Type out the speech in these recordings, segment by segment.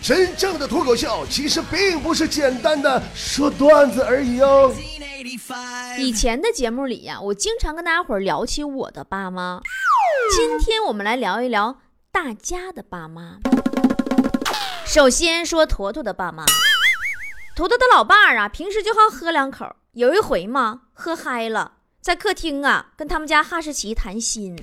真正的脱口秀其实并不是简单的说段子而已哦。 以前的节目里呀，我经常跟大家伙聊起我的爸妈。今天我们来聊一聊大家的爸妈。首先说坨坨的爸妈。坨坨的老爸啊，平时就好喝两口。有一回嘛，喝嗨了，在客厅啊，跟他们家哈士奇谈心，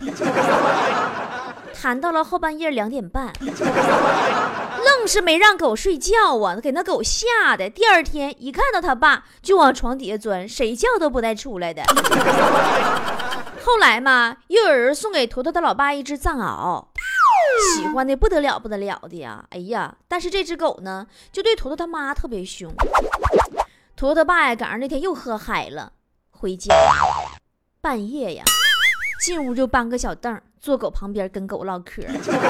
谈到了后半夜2点半，愣是没让狗睡觉啊，给那狗吓的。第二天一看到他爸就往床底下钻，谁叫都不带出来的。后来嘛，又有人送给坨坨的老爸一只藏獒，喜欢的不得了的呀。哎呀，但是这只狗呢，就对坨坨他妈特别凶。坨坨他爸呀，赶上那天又喝嗨了，回家半夜呀，进屋就搬个小凳，坐狗旁边跟狗唠嗑。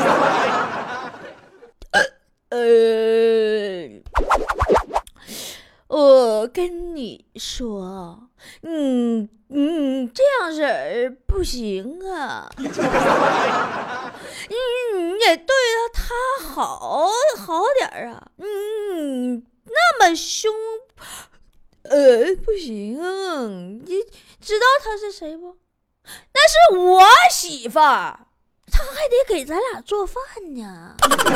我跟你说，这样式不行啊。你也对他好点啊。那么凶，不行。你知道他是谁不？那是我媳妇儿，他还得给咱俩做饭呢。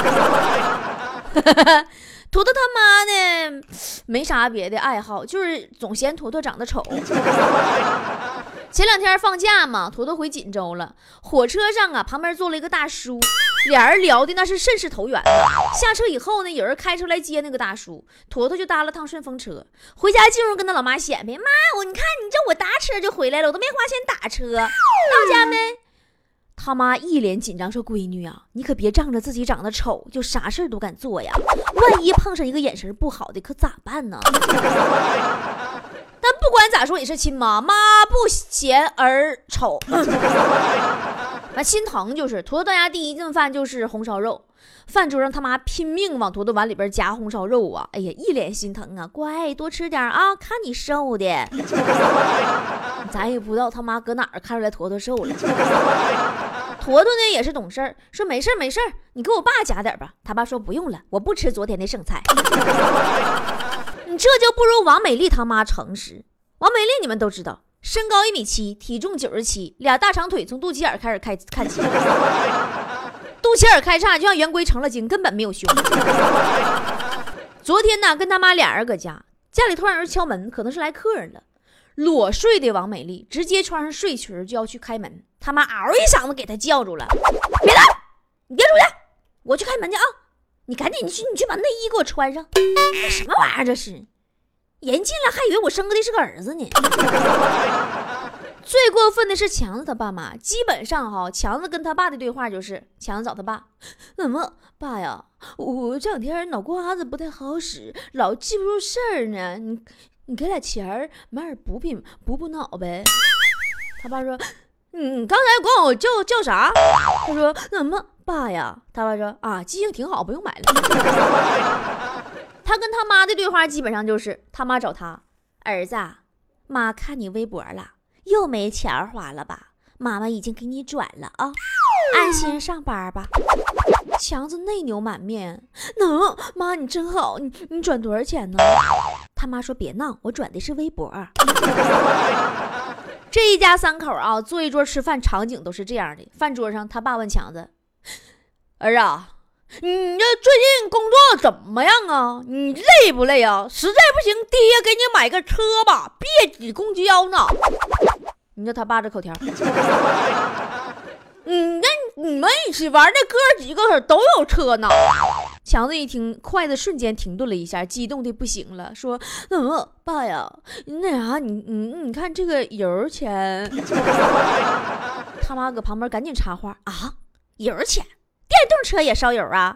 坨坨他妈呢，没啥别的爱好，就是总嫌坨坨长得丑。前2天放假嘛，坨坨回锦州了。火车上啊，旁边坐了一个大叔，俩人聊的那是甚是投缘啊。下车以后呢，有人开车来接那个大叔，坨坨就搭了趟顺风车。回家进屋跟他老妈显摆：妈，你看你这我搭车就回来了，我都没花钱打车，到家没？他妈一脸紧张说：闺女啊，你可别仗着自己长得丑就啥事都敢做呀，万一碰上一个眼神不好的可咋办呢？但不管咋说也是亲妈，妈不嫌儿丑。心疼就是坨坨大家第一顿饭就是红烧肉，饭桌上他妈拼命往坨坨碗里边夹红烧肉啊，哎呀，一脸心疼啊，乖多吃点啊，看你瘦的。咱也不知道他妈搁哪儿看出来坨坨瘦了。坨坨呢也是懂事儿，说没事你给我爸夹点吧。他爸说不用了，我不吃昨天的剩菜。你这就不如王美丽他妈诚实。王美丽你们都知道，身高1.7米，体重97，俩大长腿从肚脐眼开始看起，肚脐眼开叉就像圆规成了精，根本没有胸。昨天呢，跟他妈俩人搁家里突然有人敲门，可能是来客人了。裸睡的王美丽直接穿上睡裙就要去开门，他妈嗷一嗓子给他叫住了：别来，你别出去，我去开门去啊！你赶紧你去把内衣给我穿上。什么玩意儿这是？人进来还以为我生的是个儿子呢。最过分的是强子他爸妈，基本上强子跟他爸的对话就是强子找他爸：怎么爸呀，我这2天脑瓜子不太好使，老记不住事儿呢，你给俩钱儿买点补品补脑呗。他爸说：你刚才管我叫啥？他说：怎么爸呀？他爸说：啊，记性挺好，不用买了。他跟他妈的对话基本上就是他妈找他：儿子，妈看你微博了，又没钱花了吧？妈妈已经给你转了啊，安心上班吧。强子内牛满面：能，妈你真好，你转多少钱呢？他妈说：别闹，我转的是微博。这一家3口啊，坐一桌吃饭，场景都是这样的。饭桌上，他爸问强子：儿啊，你这最近工作怎么样啊？你累不累啊？实在不行，爹给你买个车吧，别挤公交呢。你说他爸这口条。那你们一起玩的哥几个都有车呢。强子一听，筷子瞬间停顿了一下，激动的不行了，说：爸呀，那啥，你看这个油钱。他妈搁旁边赶紧插话：啊，油钱？电动车也烧油啊？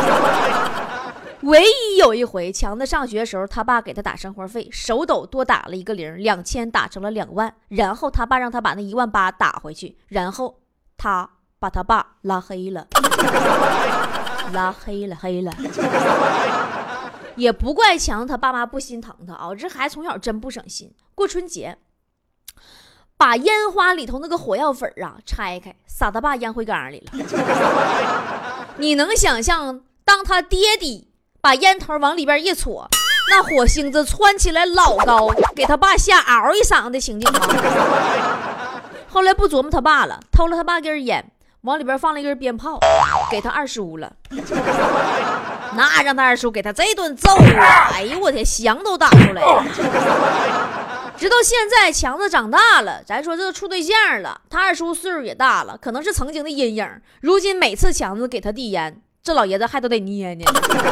唯一有一回，强子上学的时候，他爸给他打生活费，手抖多打了一个零，2000打成了2万，然后他爸让他把那18000打回去，然后他把他爸拉黑了。拉黑了。也不怪强他爸妈不心疼他啊，这孩子从小真不省心。过春节，把烟花里头那个火药粉啊拆开，撒他爸烟灰缸里了。你能想象当他爹地把烟头往里边一戳，那火星子窜起来老高，给他爸吓嗷一嗓子的情景啊。后来不琢磨他爸了，偷了他爸根烟，往里边放了一根鞭炮，给他25了。那让他25给他这顿揍啊！哎呦我天，翔都打出来了。直到现在强子长大了，咱说这都处对象了，他25岁数也大了，可能是曾经的阴影。如今每次强子给他递烟，这老爷子还都得捏呢。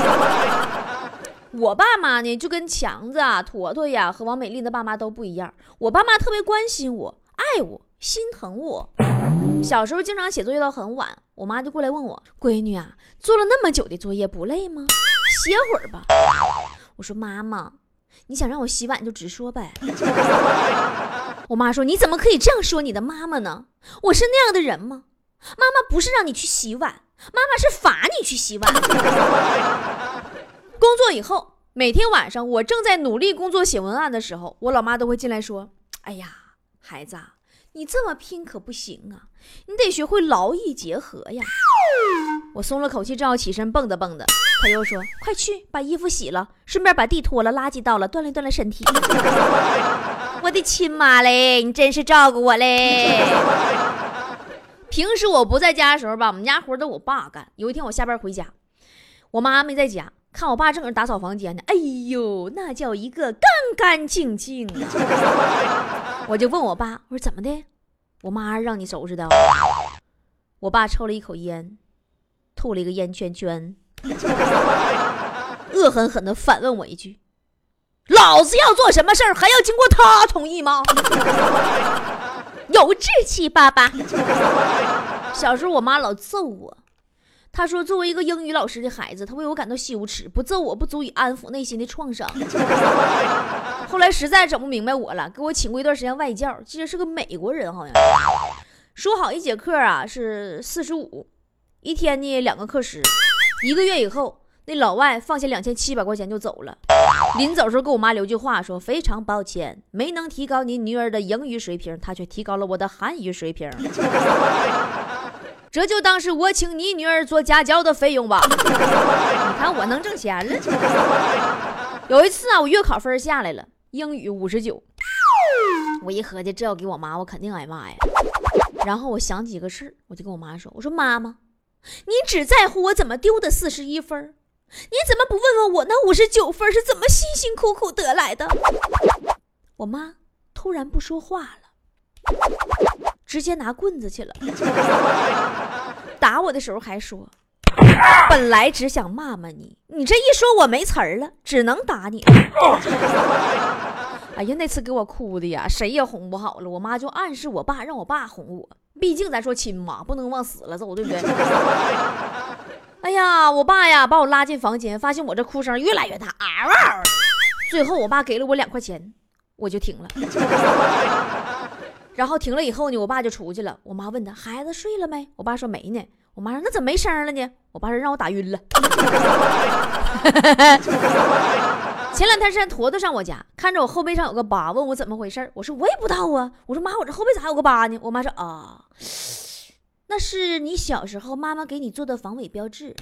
我爸妈呢就跟强子啊、坨坨呀和王美丽的爸妈都不一样。我爸妈特别关心我、爱我、心疼我。小时候经常写作业到很晚，我妈就过来问我：“闺女啊，做了那么久的作业不累吗？歇会儿吧。”我说：“妈妈，你想让我洗碗就直说呗。”我妈说：“你怎么可以这样说你的妈妈呢？我是那样的人吗？妈妈不是让你去洗碗，妈妈是罚你去洗碗。”工作以后，每天晚上我正在努力工作写文案的时候，我老妈都会进来说：“哎呀，孩子，你这么拼可不行啊，你得学会劳逸结合呀。”我松了口气，正要起身蹦跶蹦跶，她又说：“快去把衣服洗了，顺便把地拖了，垃圾倒了，锻炼锻炼身体。”我的亲妈嘞，你真是照顾我嘞。平时我不在家的时候吧，我们家活都我爸干。有一天我下班回家，我妈没在家，看我爸正搁打扫房间呢，哎呦，那叫一个干干净净啊！我就问我爸，我说怎么的？我妈让你收拾的？我爸抽了一口烟，吐了一个烟圈圈，恶狠狠地反问我一句：“老子要做什么事儿还要经过他同意吗？”有志气，爸爸。小时候我妈老揍我，她说作为一个英语老师的孩子，她为我感到羞耻，不揍我不足以安抚内心的创伤。后来实在整不明白我了，给我请过一段时间外教，记得是个美国人，好像说好一节课啊是45，一天呢2个课时，1个月以后那老外放下2700块钱就走了。临走时候跟我妈留句话说：“非常抱歉，没能提高您女儿的英语水平，她却提高了我的汉语水平。这就当是我请你女儿做家教的费用吧。”你看我能挣钱了。有一次啊，我月考分下来了，英语59，我一合计这要给我妈，我肯定挨骂呀。然后我想起个事儿，我就跟我妈说：“我说妈妈，你只在乎我怎么丢的41分，你怎么不问问我那59分是怎么辛辛苦苦得来的？”我妈突然不说话了，直接拿棍子去了。打我的时候还说：“本来只想骂骂你，你这一说我没词儿了，只能打你。”哎呀，那次给我哭的呀，谁也哄不好了。我妈就暗示我爸，让我爸哄我，毕竟咱说亲妈，不能往死了揍，对不对？哎呀，我爸呀把我拉进房间，发现我这哭声越来越大，嗷嗷。最后我爸给了我2块钱，我就停了。然后停了以后呢，我爸就出去了。我妈问他孩子睡了没，我爸说没呢。我妈说那怎么没声了呢？我爸说让我打晕了。前2天是坨坨上我家，看着我后背上有个疤，问我怎么回事。我说我也不知道啊。我说妈，我这后背咋有个疤呢？我妈说啊，那是你小时候妈妈给你做的防伪标志。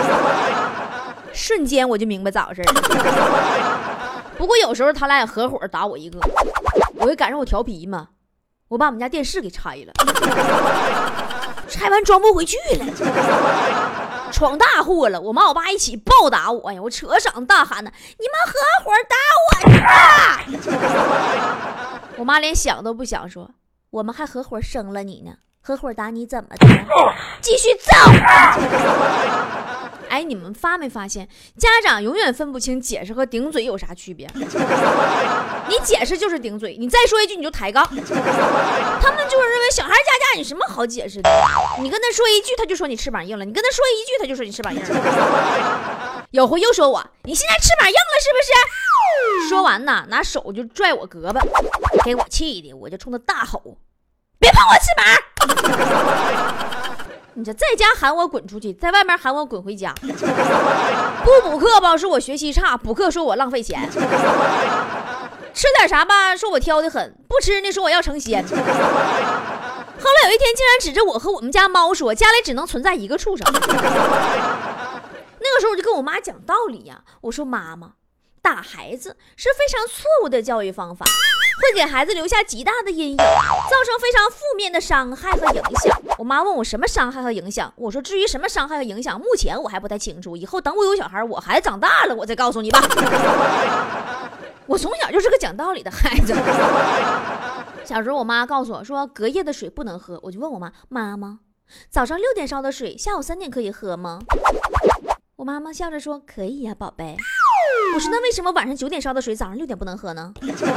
瞬间我就明白咋回事了。不过有时候他俩也合伙打我一个，我就赶上我调皮嘛，我把我们家电视给拆了，拆完装不回去了。闯大祸了，我妈我爸一起暴打我，哎呀，我扯嗓大喊呢：“你们合伙打我去吧！”我妈连想都不想说：“我们还合伙生了你呢，合伙打你怎么的？继续揍！”哎，你们发没发现，家长永远分不清解释和顶嘴有啥区别？你解释就是顶嘴，你再说一句你就抬杠。他们就是认为小孩家有什么好解释的？你跟他说一句，他就说你翅膀硬了；你跟他说一句，他就说你翅膀硬了。有回又说我，你现在翅膀硬了是不是？说完呢，拿手就拽我胳膊，给我气的，我就冲他大吼：“别碰我翅膀！”你这在家喊我滚出去，在外面喊我滚回家。不补课吧，说我学习差；补课说我浪费钱。吃点啥吧，说我挑得很；不吃呢，说我要成仙。后来有一天，竟然指着我和我们家猫说，家里只能存在一个畜生。那个时候我就跟我妈讲道理呀，我说妈妈，打孩子是非常错误的教育方法，会给孩子留下极大的阴影，造成非常负面的伤害和影响。我妈问我什么伤害和影响，我说至于什么伤害和影响，目前我还不太清楚，以后等我有小孩，我孩子长大了我再告诉你吧。我从小就是个讲道理的孩子。小时候我妈告诉我说隔夜的水不能喝，我就问我妈，妈妈，早上6点烧的水下午3点可以喝吗？我妈妈笑着说可以呀，宝贝。我说那为什么晚上9点烧的水早上6点不能喝呢？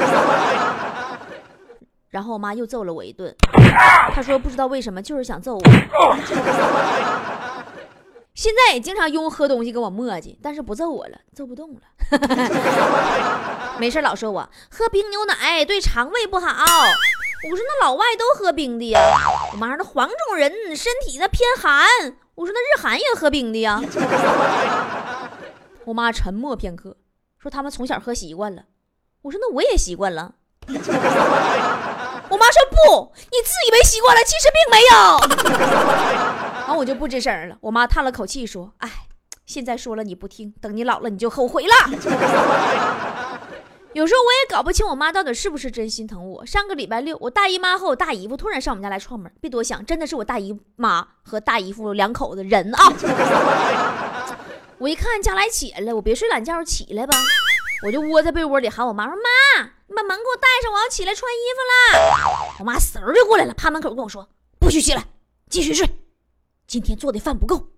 然后我妈又揍了我一顿，她说不知道为什么就是想揍我。现在也经常用喝东西跟我磨叽，但是不揍我了，揍不动了。没事老说我喝冰牛奶对肠胃不好，我说那老外都喝冰的呀。我妈说那黄种人身体的偏寒，我说那日韩也喝冰的呀。我妈沉默片刻，说他们从小喝习惯了。我说那我也习惯了。我妈说不，你自以为习惯了，其实并没有。然后我就不吱声了。我妈叹了口气说，哎，现在说了你不听，等你老了你就后悔了。有时候我也搞不清我妈到底是不是真心疼我。上个礼拜6，我大姨妈和我大姨夫突然上我们家来串门，别多想，真的是我大姨妈和大姨夫2口子人啊。我一看家来起来了，我别睡懒觉起来吧，我就窝在被窝里喊我妈说，妈，你把门给我带上，我要起来穿衣服了。我妈嗖就过来了，趴门口跟我说，不许起来，继续睡，今天做的饭不够。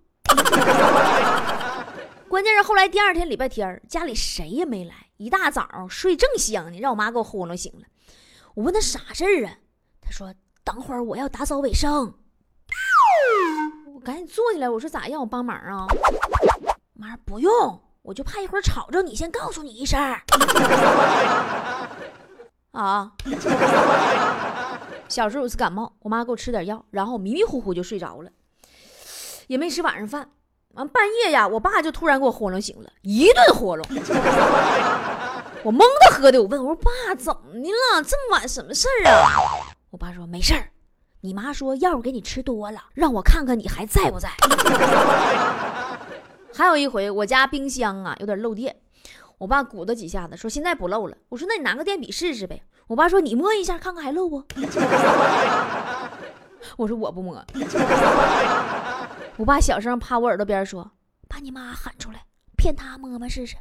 关键是后来第2天礼拜天，家里谁也没来，一大早睡正香呢，让我妈给我呼噜醒了。我问她啥事儿啊？她说等会儿我要打扫卫生。我赶紧坐起来，我说咋让我帮忙啊？妈说不用，我就怕一会儿吵着你，先告诉你一声。啊！小时候有次感冒，我妈给我吃点药，然后迷迷糊糊就睡着了，也没吃晚上饭。完半夜呀，我爸就突然给我豁楞醒了，一顿豁楞。我懵的喝的，我问我说爸怎么的了？这么晚什么事儿啊？我爸说没事儿，你妈说药给你吃多了，让我看看你还在不在。还有一回我家冰箱啊有点漏电，我爸鼓捣几下子说现在不漏了，我说那你拿个电笔试试呗。我爸说你摸一下看看还漏不。我说我不摸。我爸小声趴我耳朵边说，把你妈喊出来骗他摸摸试试。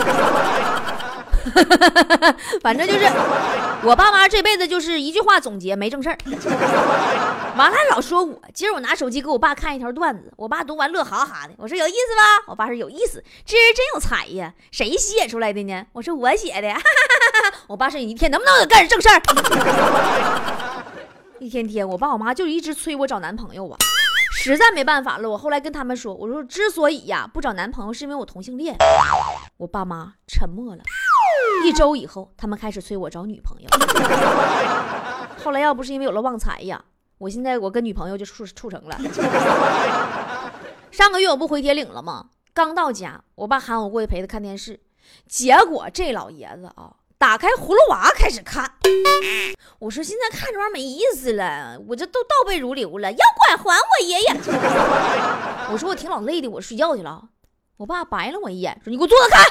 反正就是我爸妈这辈子就是一句话总结，没正事儿。完了老说我，今儿我拿手机给我爸看一条段子，我爸读完乐哈哈的。我说有意思吧？我爸说有意思，这人真有才呀，谁写出来的呢？我说我写的。我爸说你一天能不能干点正事儿？一天我爸我妈就一直催我找男朋友啊。实在没办法了，我后来跟他们说，我说之所以呀不找男朋友是因为我同性恋。我爸妈沉默了。1周以后，他们开始催我找女朋友。后来要不是因为有了旺财呀，我现在我跟女朋友就处成了。上个月我不回铁岭了吗？刚到家，我爸喊我过去陪他看电视，结果这老爷子啊，打开葫芦娃开始看。我说现在看这玩意儿没意思了，我这都倒背如流了，要管还我爷爷。我说我挺老累的，我睡觉去了。我爸白了我一眼说你给我坐着看。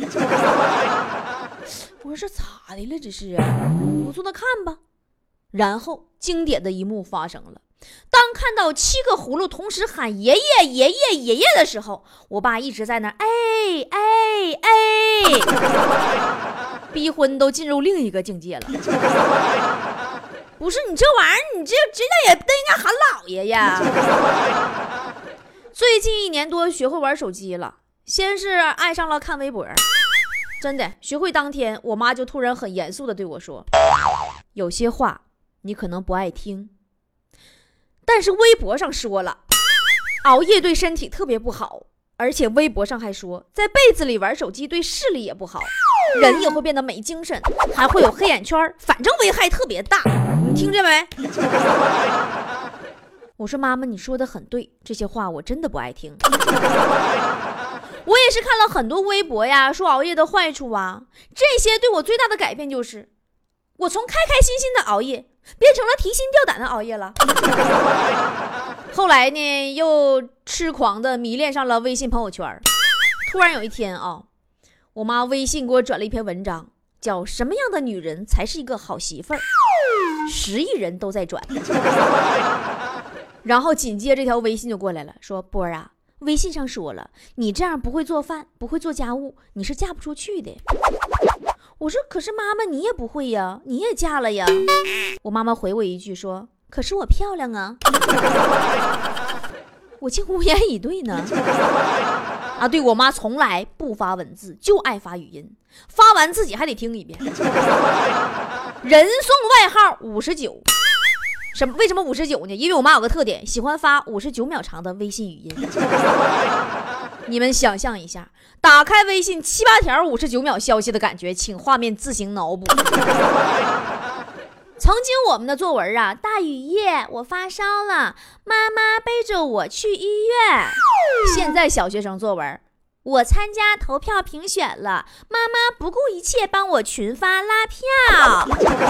我说这咋的了这是？我坐那看吧。然后经典的一幕发生了，当看到7个葫芦同时喊爷爷爷爷爷爷的时候，我爸一直在那逼婚都进入另一个境界了。不是你这玩意儿，你这真的也不应该喊老爷呀。最近1年多学会玩手机了，先是爱上了看微博，真的学会当天，我妈就突然很严肃的对我说，有些话你可能不爱听，但是微博上说了熬夜对身体特别不好，而且微博上还说在被子里玩手机对视力也不好，人也会变得没精神，还会有黑眼圈，反正危害特别大，你听见没？我说妈妈你说的很对，这些话我真的不爱听。我也是看了很多微博呀，说熬夜的坏处啊，这些对我最大的改变就是我从开开心心的熬夜变成了提心吊胆的熬夜了。后来呢又痴狂的迷恋上了微信朋友圈， 突然有一天啊，我妈微信给我转了一篇文章，叫什么样的女人才是一个好媳妇儿，10亿人都在转。然后紧接这条微信就过来了，说波儿啊，微信上说了，你这样不会做饭，不会做家务，你是嫁不出去的。我说可是妈妈你也不会呀，你也嫁了呀。我妈妈回我一句说，可是我漂亮啊。我竟无言以对呢。啊，对，我妈从来不发文字，就爱发语音，发完自己还得听一遍。人送外号59。为什么59呢？因为我妈有个特点，喜欢发59秒长的微信语音。你们想象一下，打开微信7、8条59秒消息的感觉，请画面自行脑补。曾经我们的作文啊，大雨夜我发烧了，妈妈背着我去医院。现在小学生作文，我参加投票评选了，妈妈不顾一切帮我群发拉票。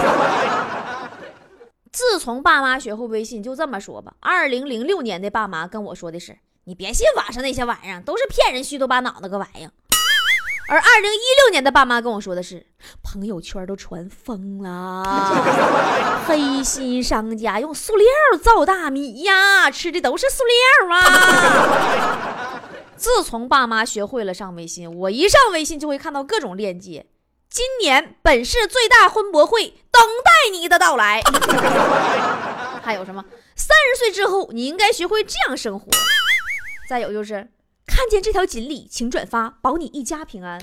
自从爸妈学会微信，就这么说吧，2006年的爸妈跟我说的是，你别信网上那些玩意儿，都是骗人虚头巴脑那个玩意儿。而2016年的爸妈跟我说的是，朋友圈都传疯了，黑心商家用塑料造大米呀，吃的都是塑料啊。自从爸妈学会了上微信，我一上微信就会看到各种链接，今年本市最大婚博会等待你的到来。还有什么30岁之后你应该学会这样生活，再有就是看见这条锦鲤请转发，保你一家平安。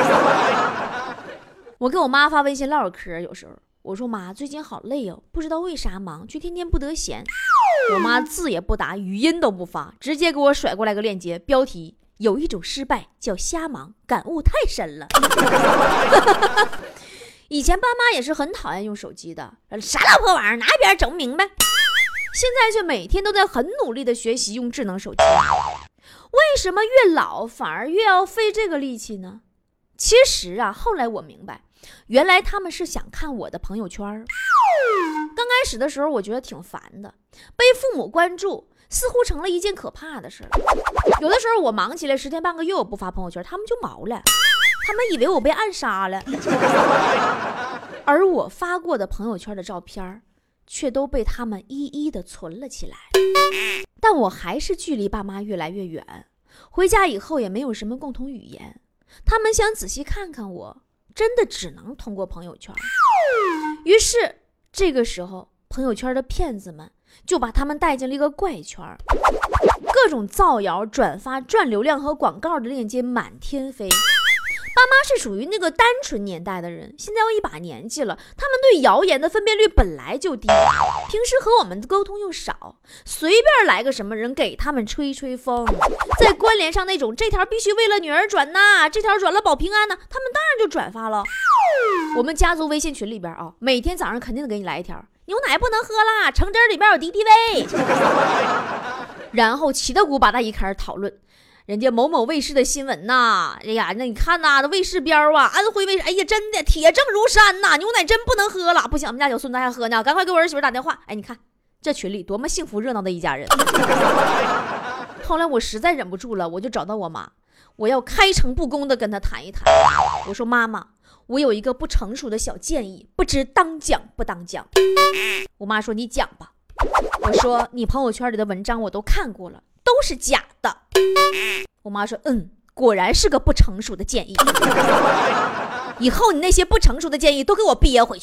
我跟我妈发微信唠嗑，有时候我说妈最近好累哦，不知道为啥忙，却天天不得闲。我妈字也不答，语音都不发，直接给我甩过来个链接，标题有一种失败叫瞎忙，感悟太深了。以前爸妈也是很讨厌用手机的，啥老破玩意儿拿一边整不明白，现在却每天都在很努力的学习用智能手机。为什么越老反而越要费这个力气呢？其实啊，后来我明白，原来他们是想看我的朋友圈。刚开始的时候我觉得挺烦的，被父母关注似乎成了一件可怕的事。有的时候我忙起来10天半个月我不发朋友圈，他们就毛了，他们以为我被暗杀了。而我发过的朋友圈的照片却都被他们一一的存了起来。但我还是距离爸妈越来越远，回家以后也没有什么共同语言，他们想仔细看看我，真的只能通过朋友圈。于是这个时候朋友圈的骗子们就把他们带进了一个怪圈，各种造谣、转发、赚流量和广告的链接满天飞。爸妈是属于那个单纯年代的人，现在我一把年纪了，他们对谣言的分辨率本来就低，平时和我们的沟通又少，随便来个什么人给他们吹吹风，再关联上那种这条必须为了女儿转呐，这条转了保平安呐，他们当然就转发了。我们家族微信群里边啊，每天早上肯定得给你来一条，牛奶不能喝啦，橙汁里边有敌敌畏。然后七大姑八大姨开始讨论人家某某卫视的新闻呐，哎呀，那你看呐，卫视标啊，安徽卫视，哎呀，真的铁证如山呐，牛奶真不能喝了，不行，我们家有孙子还喝呢，赶快给我儿媳妇打电话。哎，你看这群里多么幸福热闹的一家人。后来我实在忍不住了，我就找到我妈，我要开诚布公的跟她谈一谈。我说妈妈，我有一个不成熟的小建议，不知当讲不当讲。我妈说你讲吧。我说你朋友圈里的文章我都看过了，都是假的。我妈说果然是个不成熟的建议，以后你那些不成熟的建议都给我憋回去。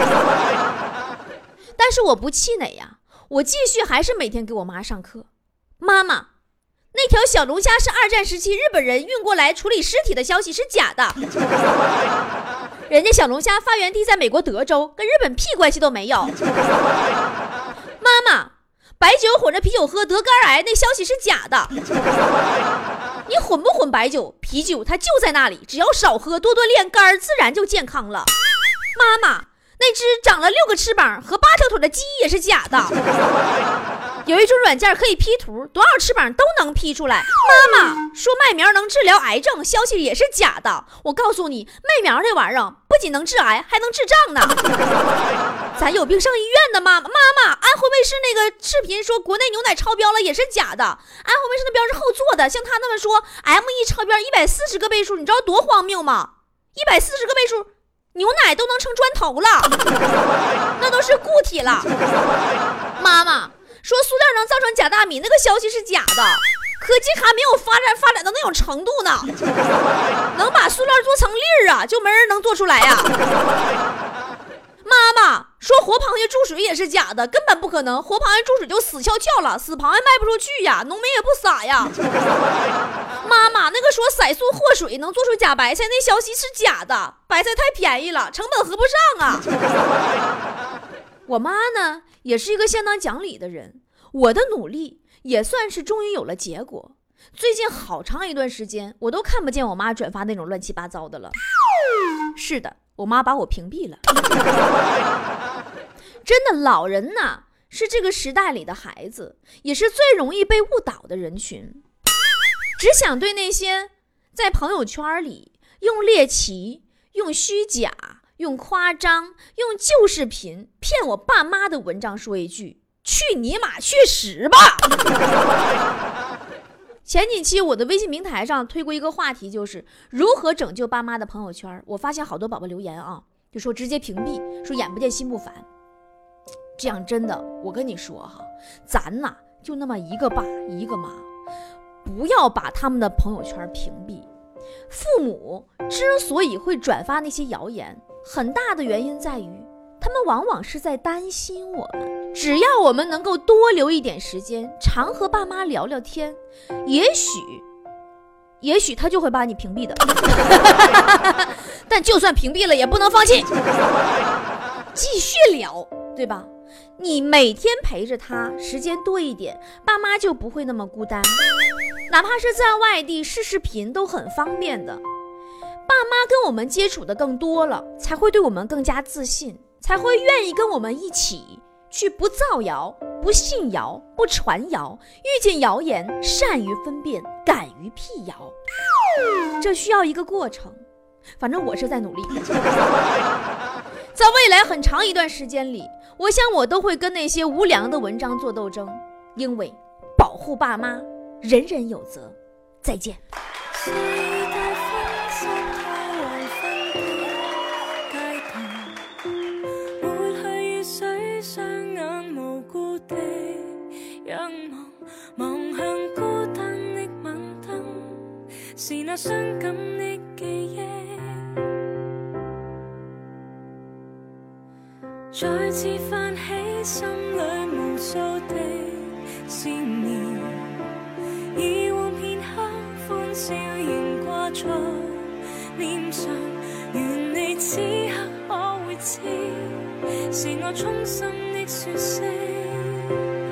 但是我不气馁呀，我继续还是每天给我妈上课。妈妈，那条小龙虾是2战时期日本人运过来处理尸体的消息是假的，人家小龙虾发源地在美国德州，跟日本屁关系都没有。妈妈，白酒混着啤酒喝得肝癌那消息是假的，你混不混白酒啤酒它就在那里，只要少喝多锻炼，肝自然就健康了。妈妈，那只长了6个翅膀和8条腿的鸡也是假的。 有一种软件可以 P 图，多少翅膀都能 P 出来。妈妈说麦苗能治疗癌症，消息也是假的。我告诉你，麦苗这玩意儿不仅能治癌，还能治胀呢。咱有病上医院的妈妈，安徽卫视那个视频说国内牛奶超标了，也是假的。安徽卫视的标是后做的，像他那么说 M1 超标140个倍数，你知道多荒谬吗？140个倍数，牛奶都能成砖头了，那都是固体了。妈妈说塑料能造成假大米，那个消息是假的。科技还没有发展到那种程度呢，能把塑料做成粒儿啊，就没人能做出来呀。妈妈说活螃蟹注水也是假的，根本不可能，活螃蟹注水就死翘翘了，死螃蟹卖不出去呀，农民也不傻呀。妈妈那个说色素和水能做出假白菜，那消息是假的，白菜太便宜了，成本合不上啊。我妈呢也是一个相当讲理的人，我的努力也算是终于有了结果。最近好长一段时间我都看不见我妈转发那种乱七八糟的了。是的，我妈把我屏蔽了。真的，老人呐是这个时代里的孩子，也是最容易被误导的人群。只想对那些在朋友圈里用猎奇、用虚假、用夸张、用旧视频骗我爸妈的文章说一句：去你妈去死吧。前几期我的微信平台上推过一个话题，就是如何拯救爸妈的朋友圈。我发现好多宝宝留言啊，就说直接屏蔽，说眼不见心不烦。这样真的，我跟你说哈，咱呐就那么一个爸一个妈，不要把他们的朋友圈屏蔽。父母之所以会转发那些谣言，很大的原因在于他们往往是在担心我们。只要我们能够多留一点时间，常和爸妈聊聊天，也许他就会把你屏蔽的。但就算屏蔽了也不能放弃，继续聊，对吧？你每天陪着他时间多一点，爸妈就不会那么孤单。哪怕是在外地视视频都很方便的。爸妈跟我们接触的更多了，才会对我们更加自信，才会愿意跟我们一起去不造谣、不信谣、不传谣，遇见谣言善于分辨，敢于辟谣。这需要一个过程，反正我是在努力。在未来很长一段时间里，我想我都会跟那些无良的文章做斗争，因为保护爸妈，人人有责。再见。 是那傷感的記憶，再次泛起心裏無數的思念，以往片刻歡笑仍掛在臉上，願你此刻可會知，是我衷心的說聲。